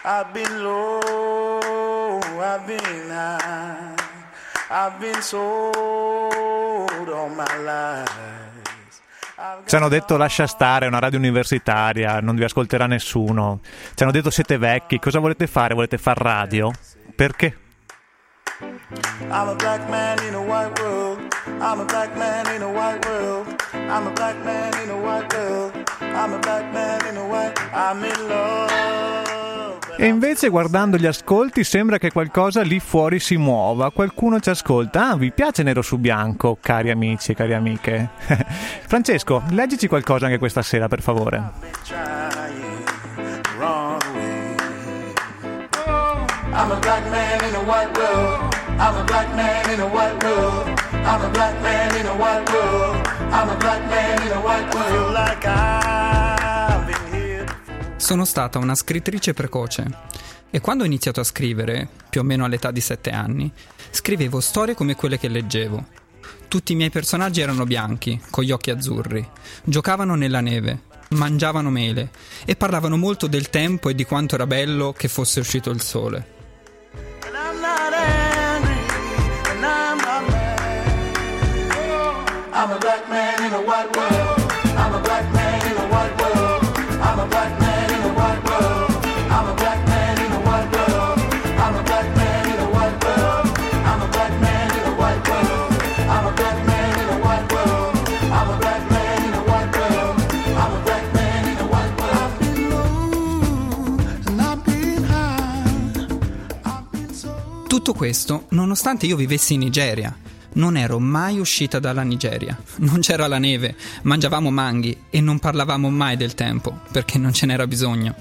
I've been low, I've been high, I've been sold all my life. Ci hanno detto lascia stare, è una radio universitaria, non vi ascolterà nessuno. Ci hanno detto siete vecchi, cosa volete fare? Volete far radio? Perché? I'm a black man in a white world. I'm a black man in a white world. I'm a black man in a white world. I'm a black man in a white. I'm in love. E invece guardando gli ascolti sembra che qualcosa lì fuori si muova, qualcuno ci ascolta. Ah, vi piace Nero su Bianco, cari amici e cari amiche? Francesco, leggici qualcosa anche questa sera, per favore. I'm a black man in a white world. I'm a black man in a white world. I'm a black man in a white world. I'm a black man in a white world. Feel like I've been here. Sono stata una scrittrice precoce e quando ho iniziato a scrivere, più o meno all'età di 7 anni, scrivevo storie come quelle che leggevo. Tutti i miei personaggi erano bianchi, con gli occhi azzurri, giocavano nella neve, mangiavano mele e parlavano molto del tempo e di quanto era bello che fosse uscito il sole. I'm a black man in a white world. I'm a black man in a white world. I'm a black man in a white world. I'm a black man in a white world. I'm a black man in a white world. I'm a black man in a white world. I'm a black man in a white world. I'm a black man in a white world. I'm a black man in a white world. I've been low and I've been high. I've been so. Tutto questo nonostante io vivessi in Nigeria. Non ero mai uscita dalla Nigeria, non c'era la neve, mangiavamo manghi e non parlavamo mai del tempo, perché non ce n'era bisogno.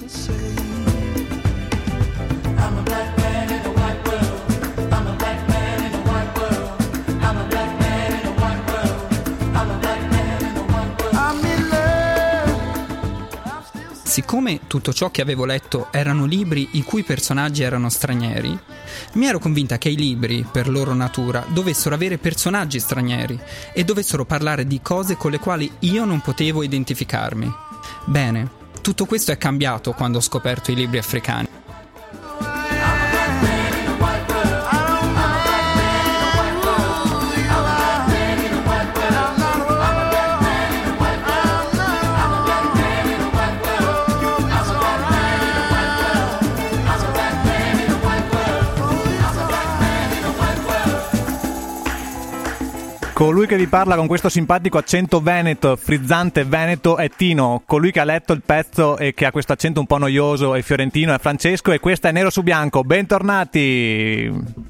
Siccome tutto ciò che avevo letto erano libri i cui personaggi erano stranieri, mi ero convinta che i libri, per loro natura, dovessero avere personaggi stranieri e dovessero parlare di cose con le quali io non potevo identificarmi. Bene, tutto questo è cambiato quando ho scoperto i libri africani. Colui che vi parla con questo simpatico accento veneto, frizzante veneto, è Tino. Colui che ha letto il pezzo e che ha questo accento un po' noioso e fiorentino è Francesco, e questa è Nero su Bianco. Bentornati!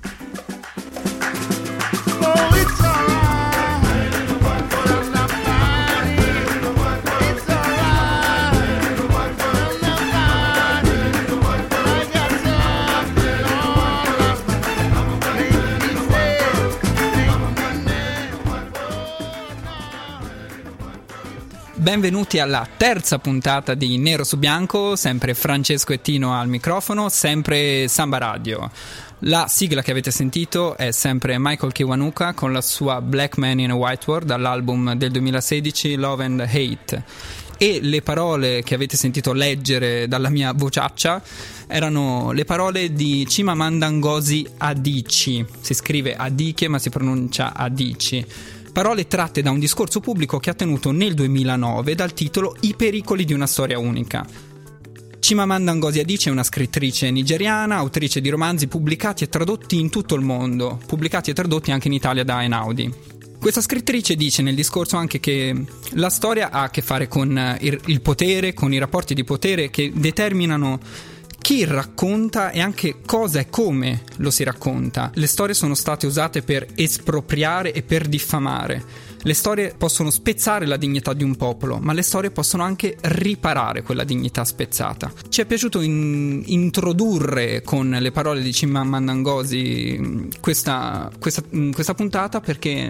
Benvenuti alla terza puntata di Nero su Bianco, sempre Francesco e Tino al microfono, sempre Samba Radio. La sigla che avete sentito è sempre Michael Kiwanuka con la sua Black Man in a White World dall'album del 2016 Love and Hate. E le parole che avete sentito leggere dalla mia vociaccia erano le parole di Chimamanda Ngozi Adichie. Si scrive Adichie ma si pronuncia Adichie. Parole tratte da un discorso pubblico che ha tenuto nel 2009 dal titolo I pericoli di una storia unica. Chimamanda Ngozi Adichie è una scrittrice nigeriana, autrice di romanzi pubblicati e tradotti in tutto il mondo, pubblicati e tradotti anche in Italia da Einaudi. Questa scrittrice dice nel discorso anche che la storia ha a che fare con il potere, con i rapporti di potere che determinano chi racconta e anche cosa e come lo si racconta. Le storie sono state usate per espropriare e per diffamare. Le storie possono spezzare la dignità di un popolo, ma le storie possono anche riparare quella dignità spezzata. Ci è piaciuto introdurre con le parole di Chimamanda Ngozi questa puntata perché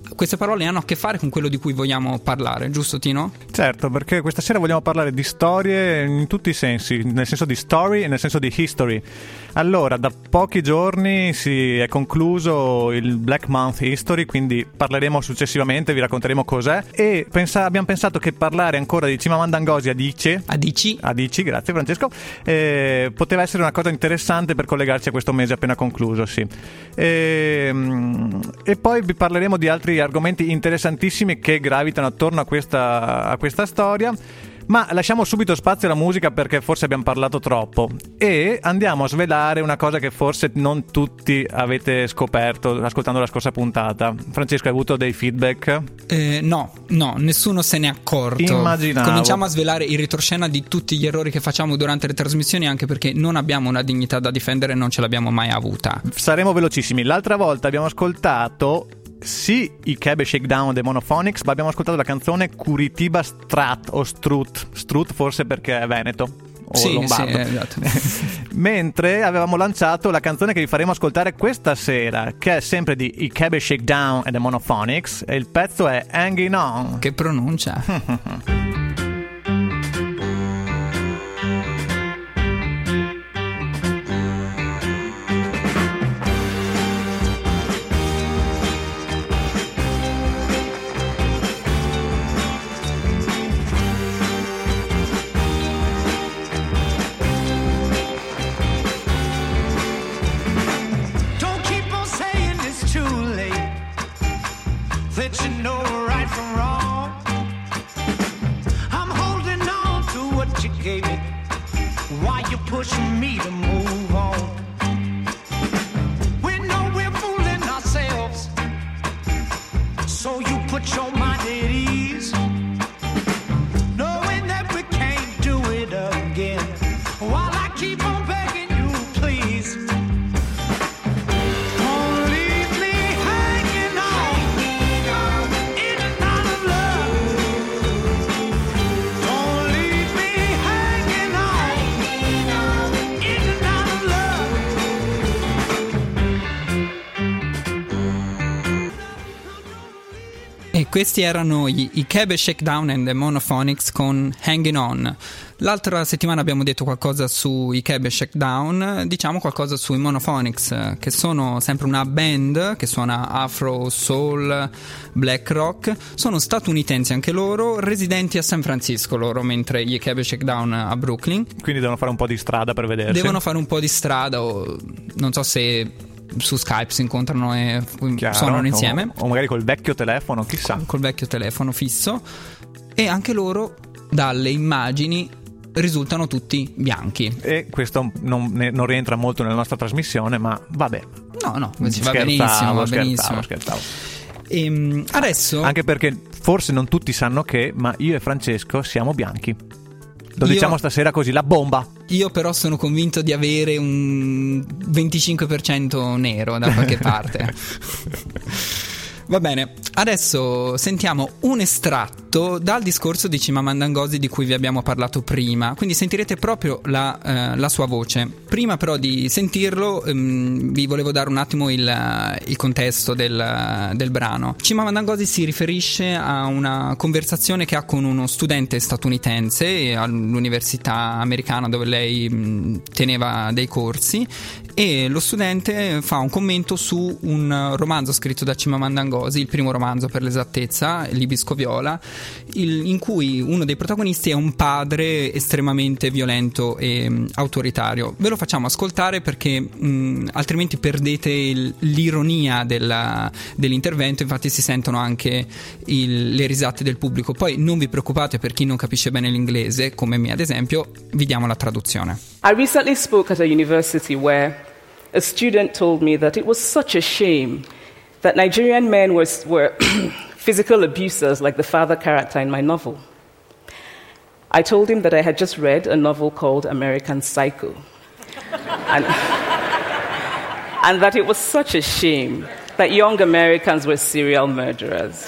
queste parole hanno a che fare con quello di cui vogliamo parlare, giusto Tino? Certo, perché questa sera vogliamo parlare di storie in tutti i sensi, nel senso di story e nel senso di history. Allora, da pochi giorni si è concluso il Black Month History, quindi parleremo successivamente, vi racconteremo cos'è, e abbiamo pensato che parlare ancora di Chimamanda Ngozi Adichie, grazie Francesco, poteva essere una cosa interessante per collegarci a questo mese appena concluso, sì. E poi vi parleremo di altri argomenti interessantissimi che gravitano attorno a questa storia, ma lasciamo subito spazio alla musica perché forse abbiamo parlato troppo e andiamo a svelare una cosa che forse non tutti avete scoperto ascoltando la scorsa puntata. Francesco, hai avuto dei feedback? No, nessuno se n'è accorto. Immaginavo. Cominciamo a svelare il retroscena di tutti gli errori che facciamo durante le trasmissioni, anche perché non abbiamo una dignità da difendere e non ce l'abbiamo mai avuta. Saremo velocissimi. L'altra volta abbiamo ascoltato sì i Kebe Shakedown dei Monophonics, ma abbiamo ascoltato la canzone Curitiba Strat o Strut forse perché è veneto o lombardo. Sì, esatto. Mentre avevamo lanciato la canzone che vi faremo ascoltare questa sera, che è sempre di i Kebe Shakedown e dei Monophonics, e il pezzo è Hanging On. Che pronuncia. Pushing me to move on. We know we're fooling ourselves, so you put your mind at ease, knowing that we can't do it again. While I keep on begging you, please, don't leave me hanging on in and out of love. Don't leave me hanging on in and out of love. E questi erano i Kebe Shakedown and the Monophonics con Hanging On. L'altra settimana abbiamo detto qualcosa sui Kebe Shakedown, diciamo qualcosa sui Monophonics, che sono sempre una band che suona afro, soul, black rock. Sono statunitensi anche loro, residenti a San Francisco loro, mentre gli Kebe Shakedown a Brooklyn. Quindi devono fare un po' di strada per vedersi. Devono fare un po' di strada, o non so se su Skype si incontrano e suonano insieme, o magari col vecchio telefono, chissà, col vecchio telefono fisso. E anche loro dalle immagini risultano tutti bianchi, e questo non rientra molto nella nostra trasmissione, ma vabbè, no, va benissimo. Scherzavo. Adesso, anche perché forse non tutti sanno ma io e Francesco siamo bianchi. Lo diciamo stasera così, la bomba. Io però sono convinto di avere un 25% nero da qualche parte. Va bene, adesso sentiamo un estratto dal discorso di Chimamanda Ngozi di cui vi abbiamo parlato prima, quindi sentirete proprio la sua voce. Prima però di sentirlo vi volevo dare un attimo il contesto del brano. Chimamanda Ngozi si riferisce a una conversazione che ha con uno studente statunitense all'università americana dove lei teneva dei corsi, e lo studente fa un commento su un romanzo scritto da Chimamanda Ngozi, il primo romanzo per l'esattezza, L'Ibisco Viola, in cui uno dei protagonisti è un padre estremamente violento e autoritario. Ve lo facciamo ascoltare perché altrimenti perdete l'ironia dell'intervento, infatti si sentono anche le risate del pubblico. Poi non vi preoccupate per chi non capisce bene l'inglese, come me ad esempio, vi diamo la traduzione. I recently spoke at a university where a student told me that it was such a shame that Nigerian men were physical abusers like the father character in my novel. I told him that I had just read a novel called American Psycho, and that it was such a shame that young Americans were serial murderers.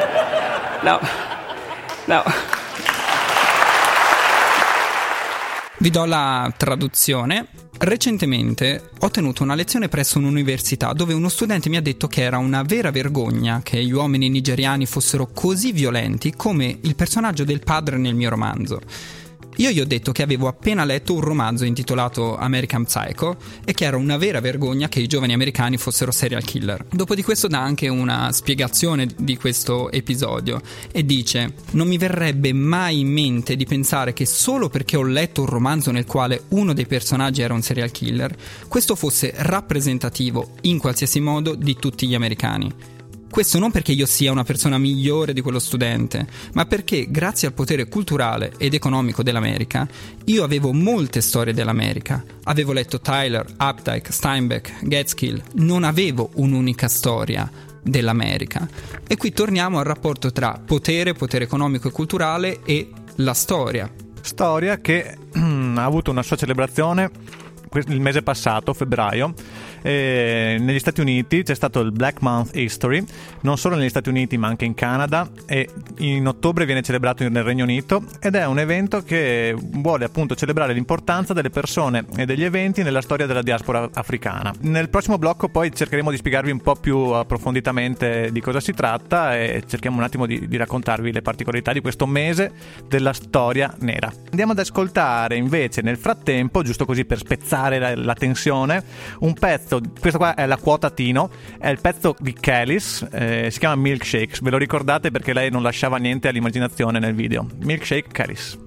Now, Vi do la traduzione. Recentemente ho tenuto una lezione presso un'università dove uno studente mi ha detto che era una vera vergogna che gli uomini nigeriani fossero così violenti come il personaggio del padre nel mio romanzo. Io gli ho detto che avevo appena letto un romanzo intitolato American Psycho e che era una vera vergogna che i giovani americani fossero serial killer. Dopo di questo dà anche una spiegazione di questo episodio e dice: non mi verrebbe mai in mente di pensare che solo perché ho letto un romanzo nel quale uno dei personaggi era un serial killer, questo fosse rappresentativo in qualsiasi modo di tutti gli americani. Questo non perché io sia una persona migliore di quello studente, ma perché grazie al potere culturale ed economico dell'America, io avevo molte storie dell'America. Avevo letto Tyler, Updike, Steinbeck, Gaitskill, non avevo un'unica storia dell'America. E qui torniamo al rapporto tra potere economico e culturale e la storia. Storia che ha avuto una sua celebrazione il mese passato, febbraio. Negli Stati Uniti c'è stato il Black Month History, non solo negli Stati Uniti ma anche in Canada, e in ottobre viene celebrato nel Regno Unito, ed è un evento che vuole appunto celebrare l'importanza delle persone e degli eventi nella storia della diaspora africana. Nel prossimo blocco poi cercheremo di spiegarvi un po' più approfonditamente di cosa si tratta e cerchiamo un attimo di raccontarvi le particolarità di questo mese della storia nera. Andiamo ad ascoltare invece nel frattempo, giusto così per spezzare la tensione, un pezzo. Questa qua è la quota Tino, è il pezzo di Kelis, si chiama Milkshakes, ve lo ricordate perché lei non lasciava niente all'immaginazione nel video. Milkshake Kelis.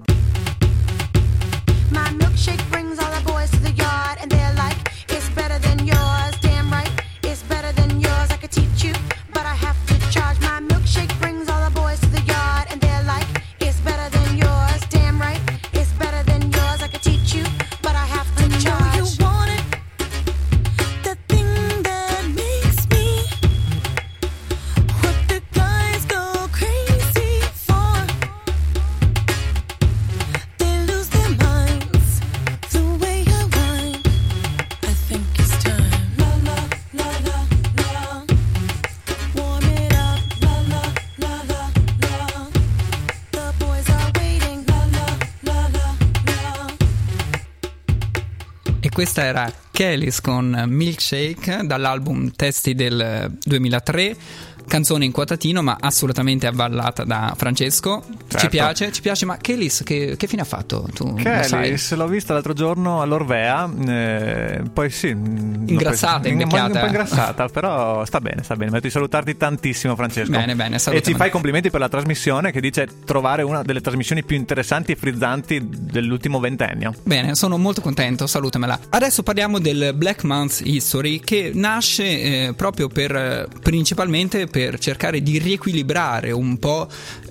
My milkshake brings all the boys to the yard and they're like, it's better than yours, damn right, it's better than yours, I could teach you, but I have to charge. My milkshake brings all the boys to the yard and they're like, it's better than yours, damn right, it's better than yours, I could teach you, but I have to charge. Questa era Kelis con Milkshake dall'album Testi del 2003, canzone in quatatino ma assolutamente avvallata da Francesco. Certo. Ci piace, ma Kelis che fine ha fatto? Tu Kelis l'ho vista l'altro giorno all'Orvea, poi sì, ingrassata, invecchiata, un po' ingrassata, però sta bene, mi metto di salutarti tantissimo, Francesco. Bene, salutamela. E ci fai complimenti per la trasmissione che dice trovare una delle trasmissioni più interessanti e frizzanti dell'ultimo ventennio. Bene, sono molto contento, salutamela. Adesso parliamo del Black Month History, che nasce proprio principalmente per cercare di riequilibrare un po'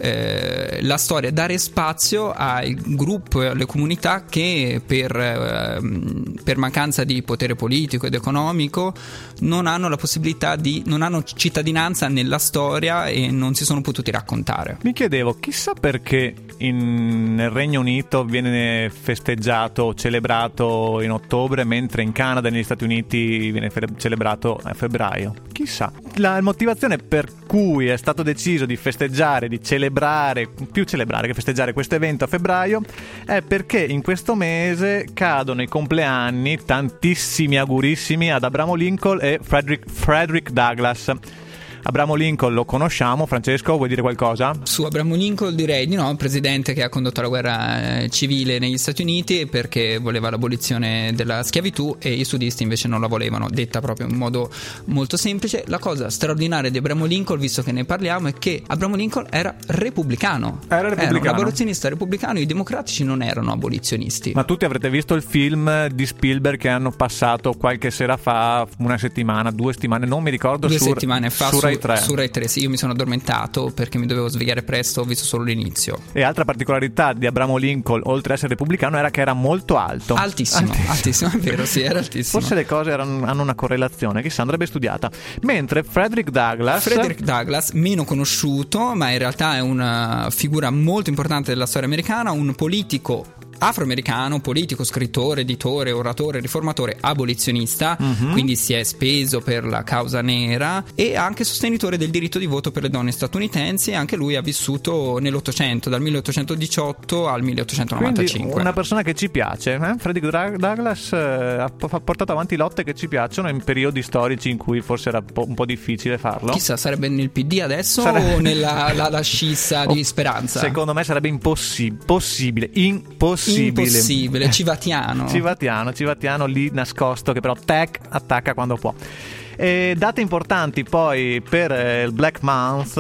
la storia, dare spazio ai gruppi, alle comunità che per mancanza di potere politico ed economico non hanno la possibilità non hanno cittadinanza nella storia e non si sono potuti raccontare. Mi chiedevo, chissà perché nel Regno Unito viene festeggiato, celebrato in ottobre, mentre in Canada e negli Stati Uniti viene celebrato a febbraio. Chissà. La motivazione per cui è stato deciso di festeggiare, di celebrare, più celebrare che festeggiare questo evento a febbraio, è perché in questo mese cadono i compleanni, tantissimi augurissimi, ad Abramo Lincoln e Frederick Douglass. Abramo Lincoln lo conosciamo, Francesco, vuoi dire qualcosa? Su Abramo Lincoln direi di no, un presidente che ha condotto la guerra civile negli Stati Uniti perché voleva l'abolizione della schiavitù e i sudisti invece non la volevano, detta proprio in modo molto semplice. La cosa straordinaria di Abramo Lincoln, visto che ne parliamo, è che Abramo Lincoln era repubblicano. Era un abolizionista repubblicano, i democratici non erano abolizionisti. Ma tutti avrete visto il film di Spielberg che hanno passato qualche sera fa, una settimana, 2 settimane, non mi ricordo, 2 settimane fa su Rai 3. Su Rai 3, sì, io mi sono addormentato perché mi dovevo svegliare presto, ho visto solo l'inizio. E altra particolarità di Abramo Lincoln, oltre ad essere repubblicano, era che era molto alto. Altissimo, è vero, sì, era altissimo. Forse le cose hanno una correlazione, chissà, andrebbe studiata. Mentre Frederick Douglass, meno conosciuto, ma in realtà è una figura molto importante della storia americana, un politico afroamericano, politico, scrittore, editore, oratore, riformatore, abolizionista, quindi si è speso per la causa nera, e anche sostenitore del diritto di voto per le donne statunitensi. Anche lui ha vissuto nell'Ottocento, dal 1818 al 1895. Quindi una persona che ci piace, Frederick Douglass ha portato avanti lotte che ci piacciono in periodi storici in cui forse era un po' difficile farlo. Chissà, sarebbe nel PD adesso o nella la scissa di Speranza? Secondo me sarebbe impossibile. Civatiano lì nascosto, che però attacca quando può. Date importanti poi per il Black Month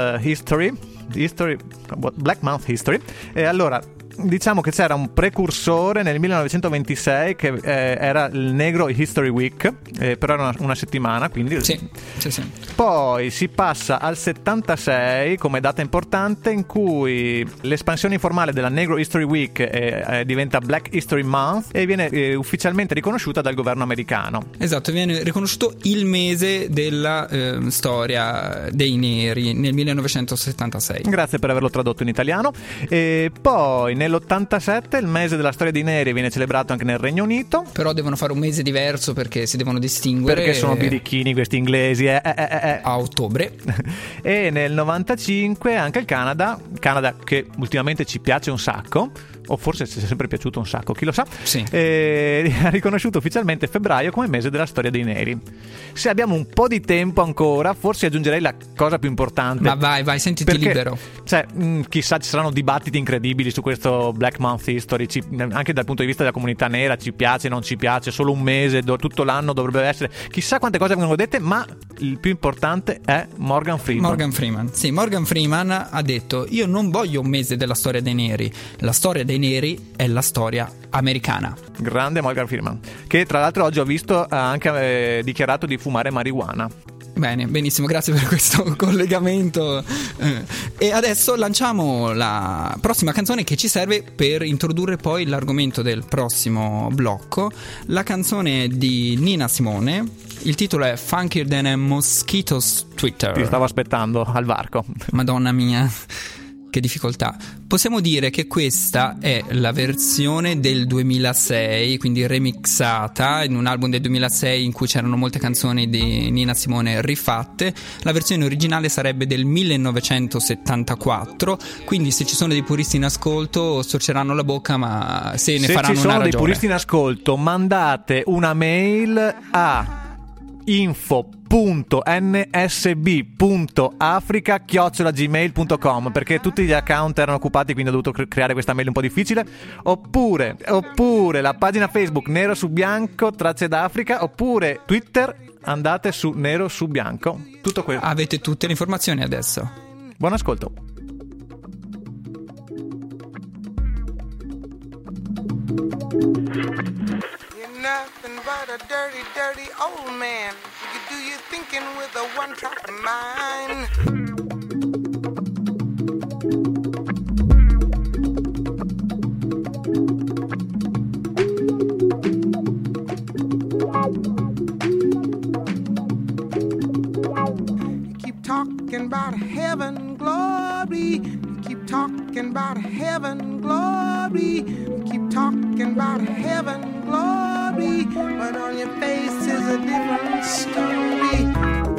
Black Month History. Allora, diciamo che c'era un precursore nel 1926 che era il Negro History Week, però era una settimana, quindi sì. Poi si passa al 76 come data importante, in cui l'espansione informale della Negro History Week diventa Black History Month e viene ufficialmente riconosciuta dal governo americano. Esatto, viene riconosciuto il mese della storia dei neri nel 1976. Grazie per averlo tradotto in italiano. E poi nell'87 il mese della storia dei neri viene celebrato anche nel Regno Unito. Però devono fare un mese diverso perché si devono distinguere. Perché sono birichini questi inglesi. A ottobre. E nel 95 anche il Canada che ultimamente ci piace un sacco, o forse ci è sempre piaciuto un sacco, chi lo sa, sì. Ha riconosciuto ufficialmente febbraio come mese della storia dei neri. Se abbiamo un po' di tempo ancora, forse aggiungerei la cosa più importante. Ma vai, sentiti libero. Cioè, chissà, ci saranno dibattiti incredibili su questo Black Month History, anche dal punto di vista della comunità nera, ci piace, non ci piace, solo un mese, tutto l'anno dovrebbe essere, chissà quante cose vengono dette, ma il più importante è Morgan Freeman. Sì, Morgan Freeman ha detto: io non voglio un mese della storia dei neri, la storia dei neri è la storia americana. Grande Morgan Freeman, che tra l'altro oggi ho visto ha anche dichiarato di fumare marijuana. Bene, benissimo, grazie per questo collegamento. E adesso lanciamo la prossima canzone che ci serve per introdurre poi l'argomento del prossimo blocco. La canzone di Nina Simone, il titolo è Funkier Than a Mosquito's Twitter. Ti stavo aspettando al varco. Madonna mia, che difficoltà. Possiamo dire che questa è la versione del 2006, quindi remixata in un album del 2006 in cui c'erano molte canzoni di Nina Simone rifatte. La versione originale sarebbe del 1974, quindi se ci sono dei puristi in ascolto storceranno la bocca, ma se ne faranno una ragione. Se ci sono dei puristi in ascolto, mandate una mail a info.nsb.africa@gmail.com, perché tutti gli account erano occupati, quindi ho dovuto creare questa mail un po' difficile. Oppure la pagina Facebook Nero su Bianco Tracce d'Africa, oppure Twitter, andate su Nero su Bianco. Tutto quello. Avete tutte le informazioni adesso. Buon ascolto. Nothing but a dirty, dirty old man. You do your thinking with a one-track mind. You keep talking about heaven, glory. You keep talking about heaven, glory. You keep talking about heaven, glory, but on your face is a different story.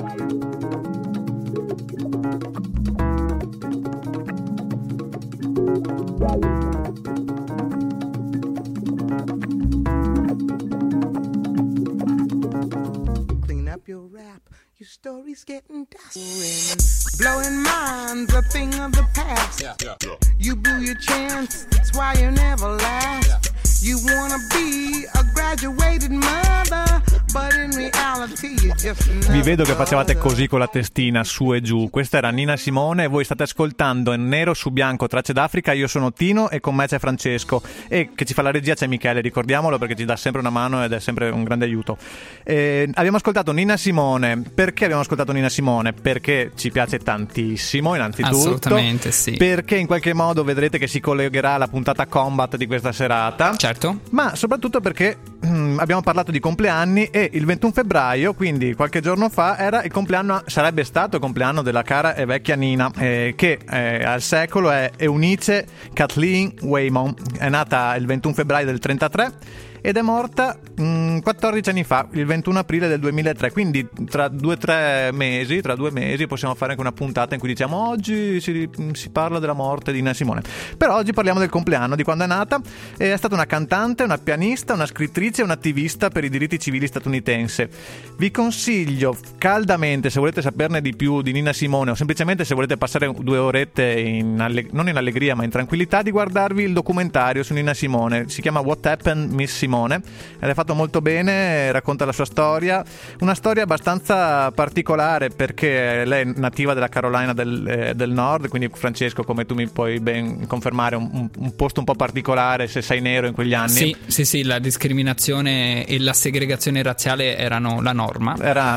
Clean up your rap, your story's getting dusty. Blowing minds, a thing of the past. You blew your chance, that's why you never last. You wanna be a graduated mother, but in reality you're just another. Vi vedo che facevate così con la testina su e giù. Questa era Nina Simone e voi state ascoltando in Nero su Bianco Tracce d'Africa. Io sono Tino e con me c'è Francesco, e che ci fa la regia c'è Michele, ricordiamolo, perché ci dà sempre una mano ed è sempre un grande aiuto. Abbiamo ascoltato Nina Simone. Perché abbiamo ascoltato Nina Simone? Perché ci piace tantissimo, innanzitutto. Assolutamente sì. Perché in qualche modo vedrete che si collegherà alla puntata Combat di questa serata. Certo. Ma soprattutto perché abbiamo parlato di compleanni e E il 21 febbraio, quindi qualche giorno fa, sarebbe stato il compleanno della cara e vecchia Nina, che al secolo è Eunice Kathleen Waymon. È nata il 21 febbraio del 33 ed è morta 14 anni fa, il 21 aprile del 2003. Quindi tra 2 mesi possiamo fare anche una puntata in cui diciamo oggi si parla della morte di Nina Simone. Però oggi parliamo del compleanno, di quando è nata. È stata una cantante, una pianista, una scrittrice e un'attivista per i diritti civili statunitense. Vi consiglio caldamente, se volete saperne di più di Nina Simone o semplicemente se volete passare 2 orette non in allegria ma in tranquillità, di guardarvi il documentario su Nina Simone. Si chiama What Happened Miss Simone ed è fatto molto bene, racconta la sua storia, una storia abbastanza particolare perché lei è nativa della Carolina del Nord, quindi Francesco, come tu mi puoi ben confermare, un posto un po' particolare se sei nero in quegli anni. Sì, la discriminazione e la segregazione razziale erano la norma.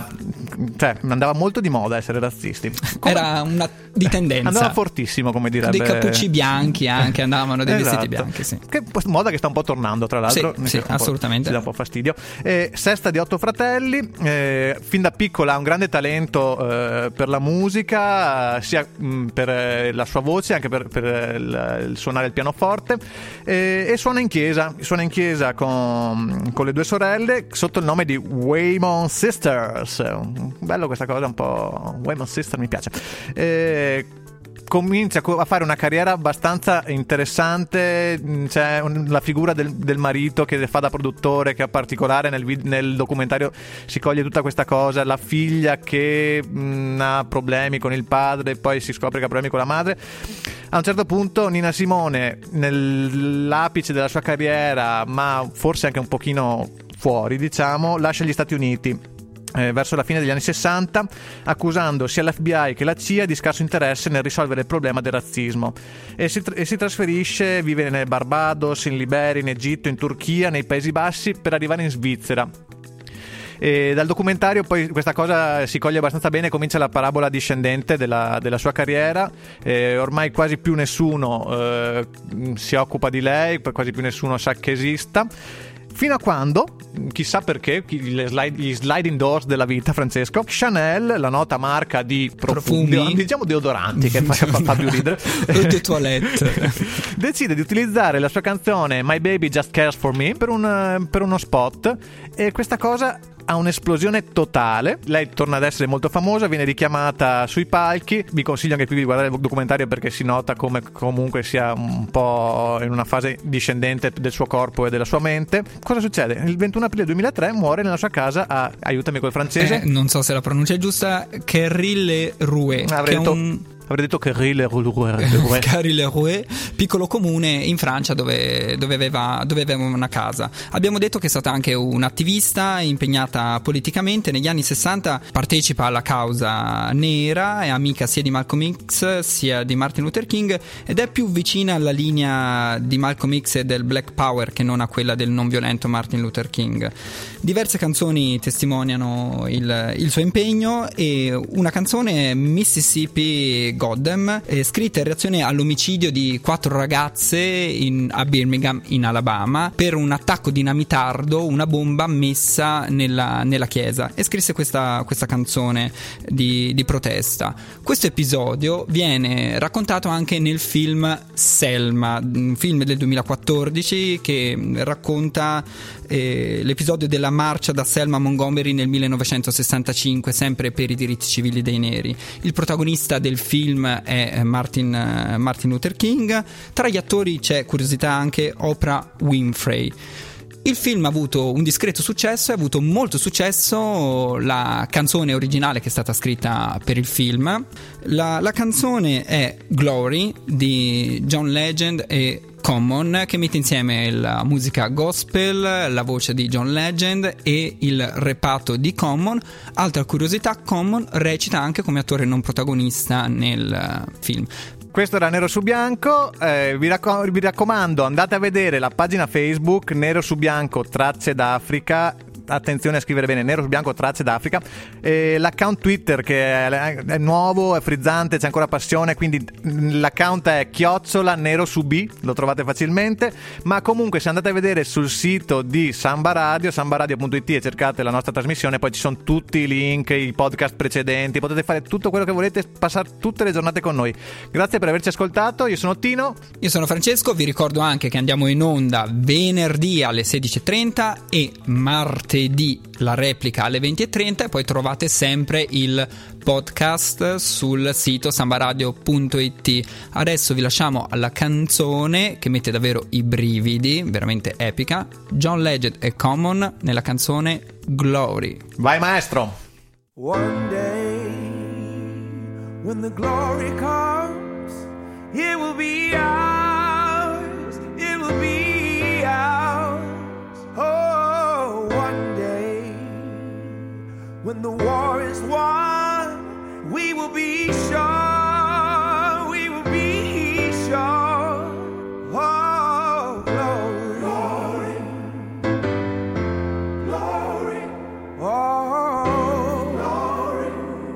Andava molto di moda essere razzisti. Era una di tendenza. Andava fortissimo, come direbbe. Dei cappucci bianchi anche, andavano dei vestiti bianchi, sì. Che moda che sta un po' tornando, tra l'altro. Sì, assolutamente. Ci dà un po' fastidio. Sesta di 8 fratelli, fin da piccola ha un grande talento per la musica, sia per la sua voce, anche per il suonare il pianoforte, e suona in chiesa con le 2 sorelle sotto il nome di Waymon Sisters. Bello questa cosa, un po' Waymon Sisters, mi piace. Comincia a fare una carriera abbastanza interessante. C'è la figura del marito che fa da produttore, che è particolare. Nel documentario si coglie tutta questa cosa, la figlia che ha problemi con il padre, poi si scopre che ha problemi con la madre. A un certo punto Nina Simone, nell'apice della sua carriera, ma forse anche un pochino fuori, diciamo, lascia gli Stati Uniti verso la fine degli anni 60, accusando sia l'FBI che la CIA di scarso interesse nel risolvere il problema del razzismo, e si trasferisce, vive nel Barbados, in Liberia, in Egitto, in Turchia, nei Paesi Bassi, per arrivare in Svizzera. E dal documentario poi questa cosa si coglie abbastanza bene, comincia la parabola discendente della sua carriera. Ormai quasi più nessuno si occupa di lei, quasi più nessuno sa che esista, fino a quando, chissà perché, gli sliding doors della vita, Francesco, Chanel, la nota marca di profumi, diciamo deodoranti, che fa più ridere, de toilette, decide di utilizzare la sua canzone My Baby Just Cares For Me per uno spot, e questa cosa ha un'esplosione totale. Lei torna ad essere molto famosa, viene richiamata sui palchi. Vi consiglio anche qui di guardare il documentario, perché si nota come comunque sia un po' in una fase discendente del suo corpo e della sua mente. Cosa succede? Il 21 aprile 2003 muore nella sua casa a, aiutami col francese, non so se la pronuncia è giusta, Carry-le-Rouet, avrei detto Carry-le-Rouet, piccolo comune in Francia dove aveva una casa. Abbiamo detto che è stata anche un'attivista impegnata politicamente. Negli anni 60 partecipa alla causa nera, è amica sia di Malcolm X sia di Martin Luther King, ed è più vicina alla linea di Malcolm X e del Black Power che non a quella del non violento Martin Luther King. Diverse canzoni testimoniano il suo impegno, e una canzone è Mississippi Goddam, scritta in reazione all'omicidio di 4 ragazze a Birmingham, in Alabama, per un attacco dinamitardo, una bomba messa nella chiesa, e scrisse questa canzone di protesta. Questo episodio viene raccontato anche nel film Selma, un film del 2014 che racconta l'episodio della marcia da Selma a Montgomery nel 1965, sempre per i diritti civili dei neri. Il protagonista del film è Martin Luther King. Tra gli attori c'è, curiosità, anche Oprah Winfrey. Il film ha avuto un discreto successo, ha avuto molto successo la canzone originale che è stata scritta per il film. La canzone è Glory di John Legend e Common, che mette insieme la musica gospel, la voce di John Legend e il repato di Common. Altra curiosità, Common recita anche come attore non protagonista nel film. Questo era Nero su Bianco. Vi raccomando, andate a vedere la pagina Facebook Nero su Bianco Tracce d'Africa. attenzione a scrivere bene, nero su bianco tracce d'Africa. L'account Twitter che è nuovo, è frizzante, c'è ancora passione, quindi l'account è @nero su B, lo trovate facilmente. Ma comunque se andate a vedere sul sito di Samba Radio, sambaradio.it, e cercate la nostra trasmissione, poi ci sono tutti i link, i podcast precedenti, potete fare tutto quello che volete, passare tutte le giornate con noi. Grazie per averci ascoltato, io sono Tino. Io sono Francesco, vi ricordo anche che andiamo in onda venerdì alle 16:30 e martedì la replica alle 20:30, e poi trovate sempre il podcast sul sito sambaradio.it. Adesso vi lasciamo alla canzone che mette davvero i brividi, veramente epica, John Legend e Common nella canzone Glory. Vai maestro! One day, when the glory comes, it will be ours, it will be ours. Oh, one day, when the war is won, we will be sure, we will be sure. Oh, glory, glory, glory. Oh, glory,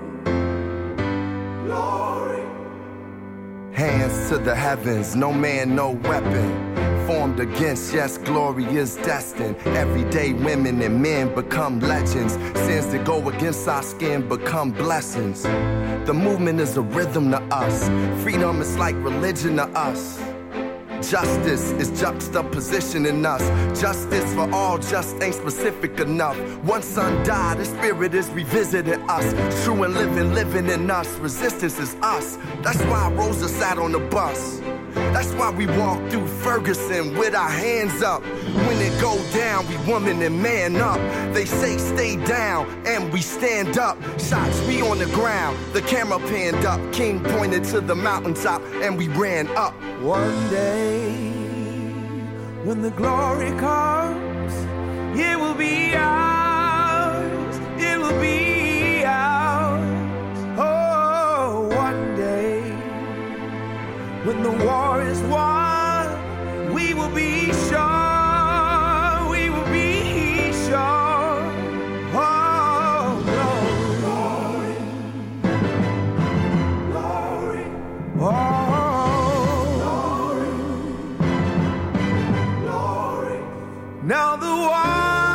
glory. Hands to the heavens, no man, no weapon formed against, yes, glory is destined. Everyday women and men become legends. Sins that go against our skin become blessings. The movement is a rhythm to us. Freedom is like religion to us. Justice is juxtaposition in us. Justice for all just ain't specific enough. One son died, the spirit is revisiting us. True and living in us. Resistance is us. That's why Rosa sat on the bus. That's why we walk through Ferguson with our hands up. When it go down, we woman and man up. They say stay down, and we stand up. Shots, we on the ground, the camera panned up. King pointed to the mountaintop, and we ran up. One day, when the glory comes, it will be ours, it will be ours. Oh, one day, when the war is won, we will be sure, we will be sure. Oh, glory, glory, glory. Oh, glory, glory. Now the war